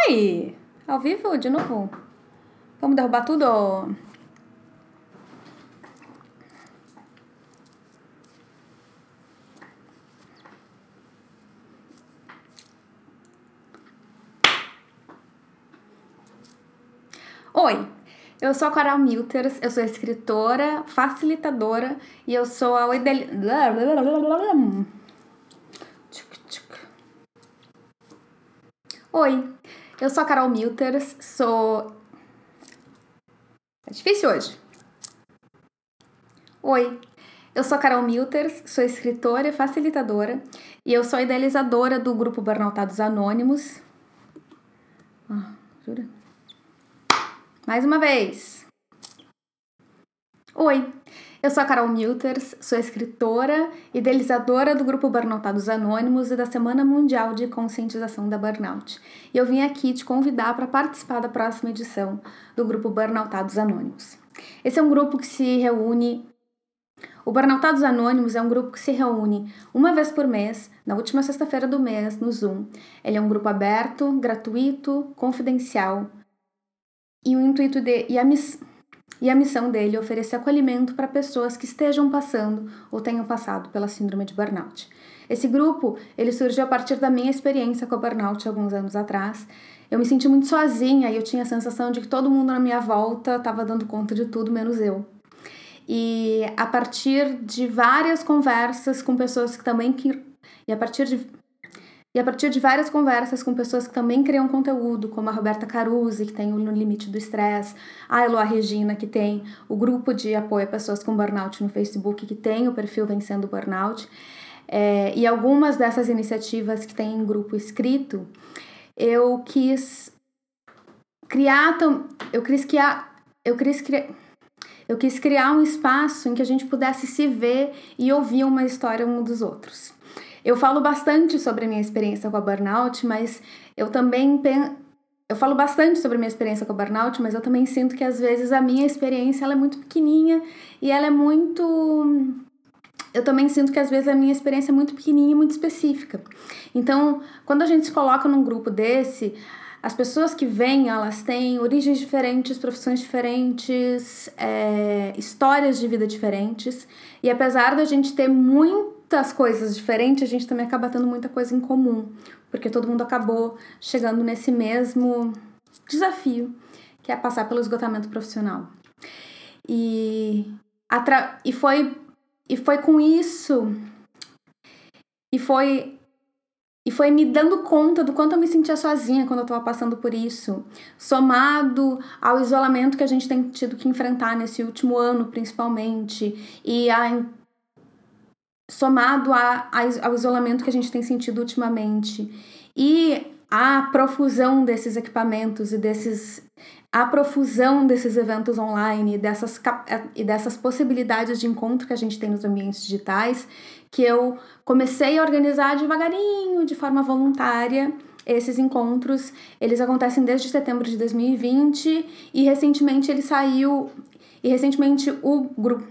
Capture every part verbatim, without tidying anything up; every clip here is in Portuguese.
Oi! Ao vivo, de novo. Vamos derrubar tudo? Oi! Eu sou a Coral Milters, eu sou escritora, facilitadora e eu sou a ideal... Oi! Eu sou a Carol Milters, sou... É difícil hoje. Oi! Eu sou a Carol Milters, sou escritora e facilitadora e eu sou a idealizadora do grupo Burnoutados Anônimos. Ah, jura? Mais uma vez. Oi, eu sou a Carol Milters, sou escritora, idealizadora do grupo Burnoutados Anônimos e da Semana Mundial de Conscientização da Burnout. E eu vim aqui te convidar para participar da próxima edição do grupo Burnoutados Anônimos. Esse é um grupo que se reúne... O Burnoutados Anônimos é um grupo que se reúne uma vez por mês, na última sexta-feira do mês, no Zoom. Ele é um grupo aberto, gratuito, confidencial, e o intuito de, e, a miss, e a missão dele é oferecer acolhimento para pessoas que estejam passando ou tenham passado pela síndrome de burnout. Esse grupo, ele surgiu a partir da minha experiência com a burnout alguns anos atrás. Eu me senti muito sozinha e eu tinha a sensação de que todo mundo na minha volta estava dando conta de tudo, menos eu. E a partir de várias conversas com pessoas que também... E a partir de... E a partir de várias conversas com pessoas que também criam conteúdo, como a Roberta Carusi, que tem o No Limite do Estresse, a Eloá Regina, que tem o grupo de apoio a pessoas com burnout no Facebook, que tem o perfil Vencendo Burnout, é, e algumas dessas iniciativas que tem em grupo escrito, eu quis criar... Eu quis criar... Eu quis criar... Eu quis criar um espaço em que a gente pudesse se ver e ouvir uma história um dos outros. Eu falo bastante sobre a minha experiência com a burnout, mas eu também penso... Eu falo bastante sobre a minha experiência com a burnout, mas eu também sinto que às vezes a minha experiência ela é muito pequenininha e ela é muito... Eu também sinto que às vezes a minha experiência é muito pequenininha e muito específica. Então, quando a gente se coloca num grupo desse... As pessoas que vêm, elas têm origens diferentes, profissões diferentes, é, histórias de vida diferentes. E apesar da gente ter muitas coisas diferentes, a gente também acaba tendo muita coisa em comum. Porque todo mundo acabou chegando nesse mesmo desafio, que é passar pelo esgotamento profissional. E, atra- e, foi, e foi com isso... E foi... E foi me dando conta do quanto eu me sentia sozinha quando eu estava passando por isso, somado ao isolamento que a gente tem tido que enfrentar nesse último ano, principalmente, e a, somado a, a, ao isolamento que a gente tem sentido ultimamente, e a profusão desses equipamentos e desses... a profusão desses eventos online dessas, e dessas possibilidades de encontro que a gente tem nos ambientes digitais, que eu comecei a organizar devagarinho, de forma voluntária, esses encontros. Eles acontecem desde setembro de dois mil e vinte e recentemente ele saiu, e recentemente o grupo...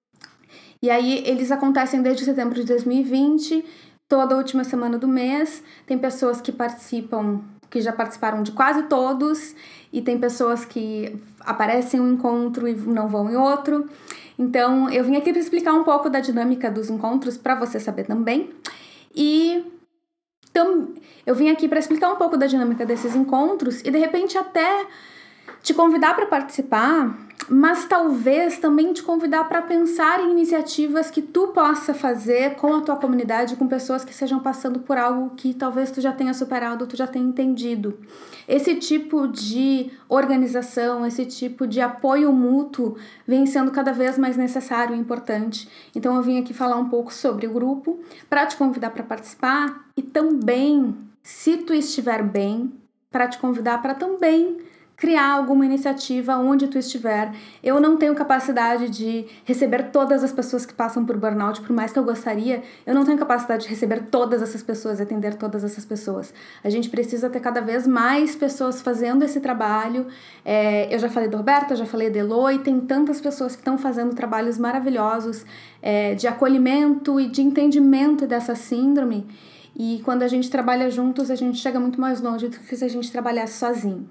E aí eles acontecem desde setembro de dois mil e vinte, toda a última semana do mês. Tem pessoas que participam, que já participaram de quase todos, e tem pessoas que aparecem em um encontro e não vão em outro. Então, eu vim aqui para explicar um pouco da dinâmica dos encontros, para você saber também. E então, eu vim aqui para explicar um pouco da dinâmica desses encontros e, de repente, até te convidar para participar, mas talvez também te convidar para pensar em iniciativas que tu possa fazer com a tua comunidade, com pessoas que estejam passando por algo que talvez tu já tenha superado, tu já tenha entendido. Esse tipo de organização, esse tipo de apoio mútuo vem sendo cada vez mais necessário e importante. Então eu vim aqui falar um pouco sobre o grupo, para te convidar para participar e também, se tu estiver bem, para te convidar para também criar alguma iniciativa onde tu estiver. Eu não tenho capacidade de receber todas as pessoas que passam por burnout, por mais que eu gostaria, eu não tenho capacidade de receber todas essas pessoas, atender todas essas pessoas. A gente precisa ter cada vez mais pessoas fazendo esse trabalho. É, eu já falei da Roberta, já falei da Elo, e tem tantas pessoas que estão fazendo trabalhos maravilhosos é, de acolhimento e de entendimento dessa síndrome. e quando a gente trabalha juntos, a gente chega muito mais longe do que se a gente trabalhasse sozinho.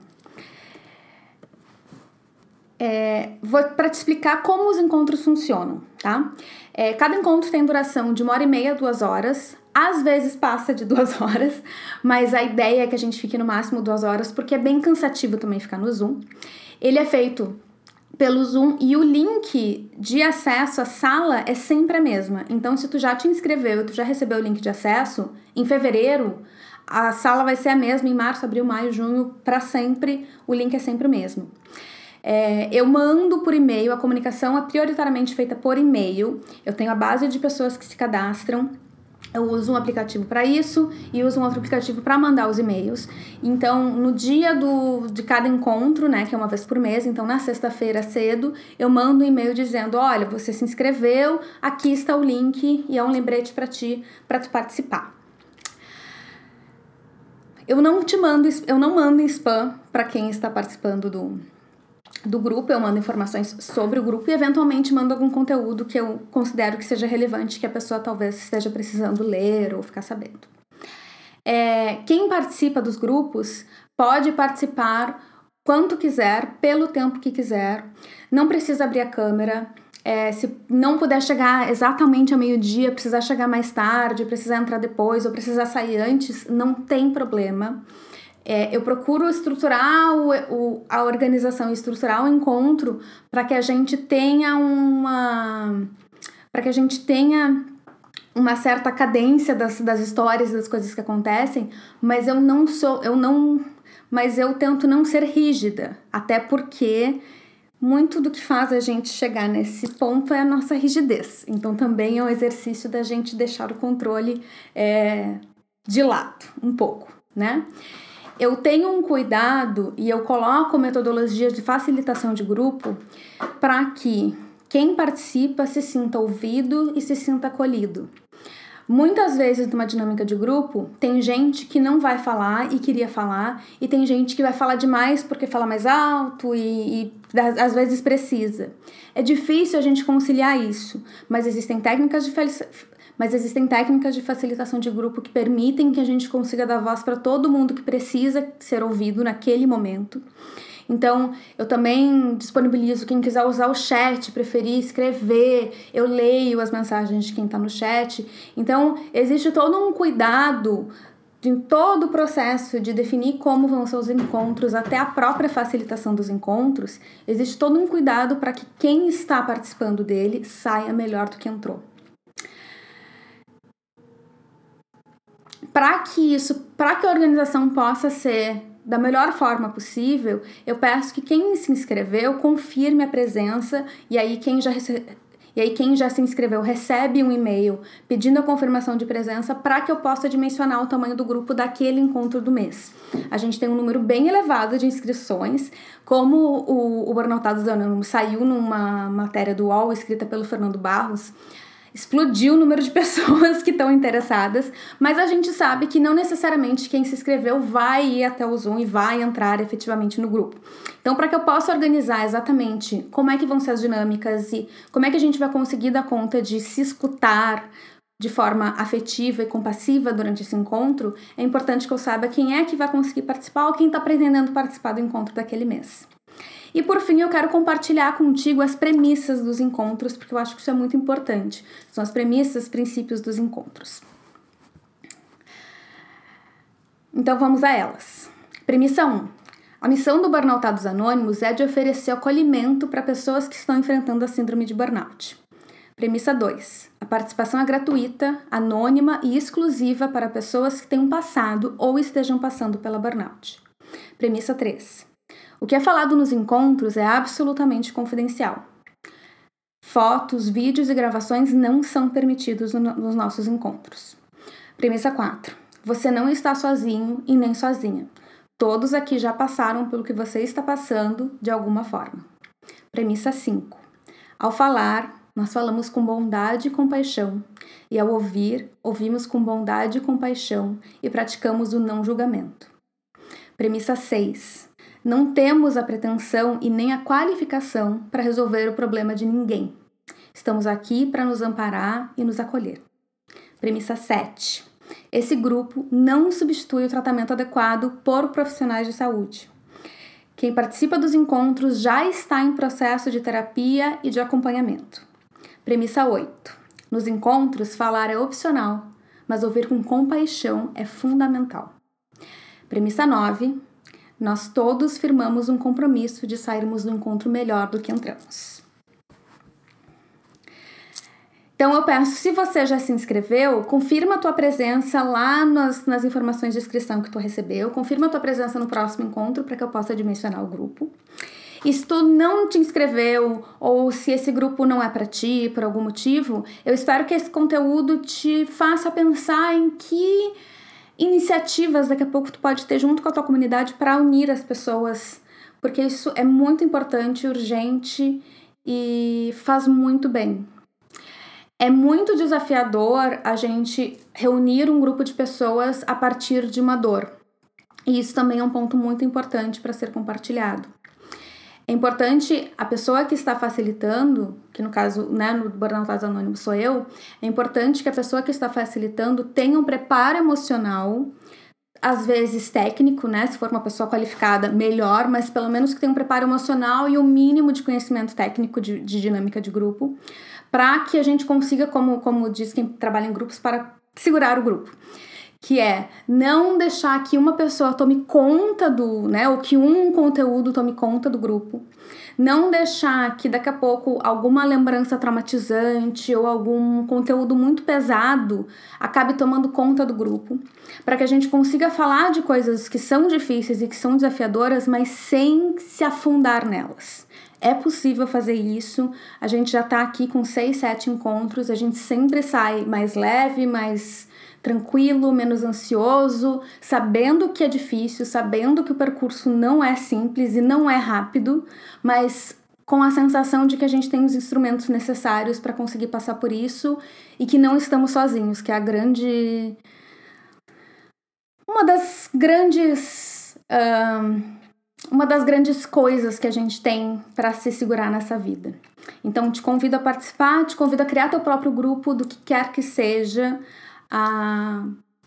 É, vou para te explicar como os encontros funcionam, tá? É, cada encontro tem duração de uma hora e meia, duas horas. Às vezes passa de duas horas, mas a ideia é que a gente fique no máximo duas horas, porque é bem cansativo também ficar no Zoom. Ele é feito pelo Zoom e o link de acesso à sala é sempre a mesma. Então, se tu já te inscreveu e tu já recebeu o link de acesso, em fevereiro, a sala vai ser a mesma, em março, abril, maio, junho, para sempre, o link é sempre o mesmo. É, eu mando por e-mail, a comunicação é prioritariamente feita por e-mail. Eu tenho a base de pessoas que se cadastram. Eu uso um aplicativo para isso e uso um outro aplicativo para mandar os e-mails. Então, no dia do, de cada encontro, né, que é uma vez por mês, então na sexta-feira cedo, eu mando um e-mail dizendo, olha, você se inscreveu, aqui está o link e é um lembrete para ti, para tu participar. Eu não te mando, eu não mando spam para quem está participando do do grupo, eu mando informações sobre o grupo e eventualmente mando algum conteúdo que eu considero que seja relevante, que a pessoa talvez esteja precisando ler ou ficar sabendo. É, quem participa dos grupos pode participar quanto quiser, pelo tempo que quiser, não precisa abrir a câmera. É, se não puder chegar exatamente ao meio-dia, precisar chegar mais tarde, precisar entrar depois ou precisar sair antes, não tem problema. É, eu procuro estruturar o, o, a organização, estruturar o encontro para que a gente tenha uma para que a gente tenha uma certa cadência das, das histórias, das coisas que acontecem, mas eu não sou, eu não, mas eu tento não ser rígida, até porque muito do que faz a gente chegar nesse ponto é a nossa rigidez. Então também é um exercício da gente deixar o controle é, de lado um pouco, né? Eu tenho um cuidado e eu coloco metodologias de facilitação de grupo para que quem participa se sinta ouvido e se sinta acolhido. Muitas vezes, numa dinâmica de grupo, tem gente que não vai falar e queria falar, e tem gente que vai falar demais porque fala mais alto e, e às vezes precisa. É difícil a gente conciliar isso, mas existem técnicas de Mas existem técnicas de facilitação de grupo que permitem que a gente consiga dar voz para todo mundo que precisa ser ouvido naquele momento. Então, eu também disponibilizo quem quiser usar o chat, preferir escrever, eu leio as mensagens de quem está no chat. Então, existe todo um cuidado em todo o processo de definir como vão ser os encontros, até a própria facilitação dos encontros. Existe todo um cuidado para que quem está participando dele saia melhor do que entrou. Para que isso, para que a organização possa ser da melhor forma possível, eu peço que quem se inscreveu confirme a presença e aí quem já rece... e aí quem já se inscreveu recebe um e-mail pedindo a confirmação de presença para que eu possa dimensionar o tamanho do grupo daquele encontro do mês. A gente tem um número bem elevado de inscrições, como o, o Burnoutados Anônimos saiu numa matéria do U O L escrita pelo Fernando Barros, explodiu o número de pessoas que estão interessadas, mas a gente sabe que não necessariamente quem se inscreveu vai ir até o Zoom e vai entrar efetivamente no grupo. Então, para que eu possa organizar exatamente como é que vão ser as dinâmicas e como é que a gente vai conseguir dar conta de se escutar de forma afetiva e compassiva durante esse encontro, é importante que eu saiba quem é que vai conseguir participar ou quem está pretendendo participar do encontro daquele mês. E por fim, eu quero compartilhar contigo as premissas dos encontros, porque eu acho que isso é muito importante. São as premissas, princípios dos encontros. Então vamos a elas. Premissa um. A missão do Burnoutados Anônimos é de oferecer acolhimento para pessoas que estão enfrentando a síndrome de burnout. Premissa dois. A participação é gratuita, anônima e exclusiva para pessoas que tenham passado ou estejam passando pela burnout. Premissa três. O que é falado nos encontros é absolutamente confidencial. Fotos, vídeos e gravações não são permitidos no, nos nossos encontros. Premissa quatro. Você não está sozinho e nem sozinha. Todos aqui já passaram pelo que você está passando de alguma forma. Premissa cinco. Ao falar, nós falamos com bondade e compaixão. E ao ouvir, ouvimos com bondade e compaixão e praticamos o não julgamento. Premissa seis. Não temos a pretensão e nem a qualificação para resolver o problema de ninguém. Estamos aqui para nos amparar e nos acolher. Premissa sete. Esse grupo não substitui o tratamento adequado por profissionais de saúde. Quem participa dos encontros já está em processo de terapia e de acompanhamento. Premissa oito. Nos encontros, falar é opcional, mas ouvir com compaixão é fundamental. Premissa nove. Nós todos firmamos um compromisso de sairmos do encontro melhor do que entramos. Então eu peço, se você já se inscreveu, confirma a tua presença lá nas, nas informações de inscrição que tu recebeu, confirma a tua presença no próximo encontro para que eu possa dimensionar o grupo. E se tu não te inscreveu, ou se esse grupo não é para ti, por algum motivo, eu espero que esse conteúdo te faça pensar em que iniciativas daqui a pouco tu pode ter junto com a tua comunidade para unir as pessoas, porque isso é muito importante, urgente e faz muito bem. É muito desafiador a gente reunir um grupo de pessoas a partir de uma dor. E isso também é um ponto muito importante para ser compartilhado. É importante a pessoa que está facilitando, que no caso, né, no Burnout Anônimo sou eu, é importante que a pessoa que está facilitando tenha um preparo emocional, às vezes técnico, né, se for uma pessoa qualificada, melhor, mas pelo menos que tenha um preparo emocional e um mínimo de conhecimento técnico de, de dinâmica de grupo, para que a gente consiga, como, como diz quem trabalha em grupos, para segurar o grupo. Que é não deixar que uma pessoa tome conta do, né, ou que um conteúdo tome conta do grupo, não deixar que daqui a pouco alguma lembrança traumatizante ou algum conteúdo muito pesado acabe tomando conta do grupo, para que a gente consiga falar de coisas que são difíceis e que são desafiadoras, mas sem se afundar nelas. É possível fazer isso, a gente já tá aqui com seis, sete encontros, a gente sempre sai mais leve, mais tranquilo, menos ansioso, sabendo que é difícil, sabendo que o percurso não é simples e não é rápido, mas com a sensação de que a gente tem os instrumentos necessários para conseguir passar por isso e que não estamos sozinhos, que é a grande... Uma das grandes... Um... Uma das grandes coisas que a gente tem para se segurar nessa vida. Então, te convido a participar, te convido a criar teu próprio grupo do que quer que seja, a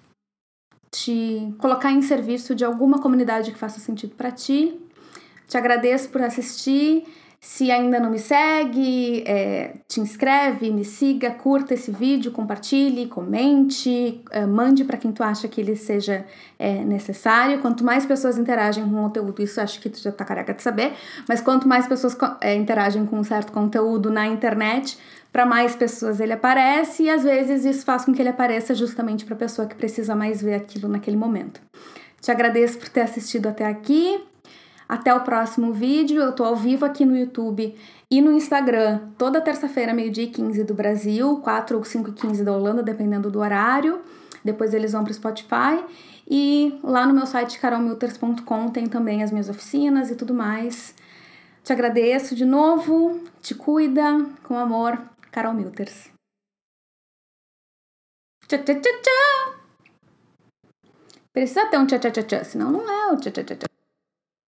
te colocar em serviço de alguma comunidade que faça sentido para ti. Te agradeço por assistir. Se ainda não me segue, é, te inscreve, me siga, curta esse vídeo, compartilhe, comente, é, mande para quem tu acha que ele seja é, necessário. Quanto mais pessoas interagem com o conteúdo, isso acho que tu já tá careca de saber, mas quanto mais pessoas é, interagem com um certo conteúdo na internet, para mais pessoas ele aparece e às vezes isso faz com que ele apareça justamente para a pessoa que precisa mais ver aquilo naquele momento. Te agradeço por ter assistido até aqui. Até o próximo vídeo, eu tô ao vivo aqui no YouTube e no Instagram, toda terça-feira, meio-dia e quinze do Brasil, quatro ou cinco e quinze da Holanda, dependendo do horário. Depois eles vão pro Spotify. E lá no meu site carol milters ponto com tem também as minhas oficinas e tudo mais. Te agradeço de novo, te cuida, com amor, Carol Milters. Tchau, tchau, tchau, tchau. Precisa ter um tchau, tchau, tchau, tchau, senão não é o tchau, tchau, tchau, tchau.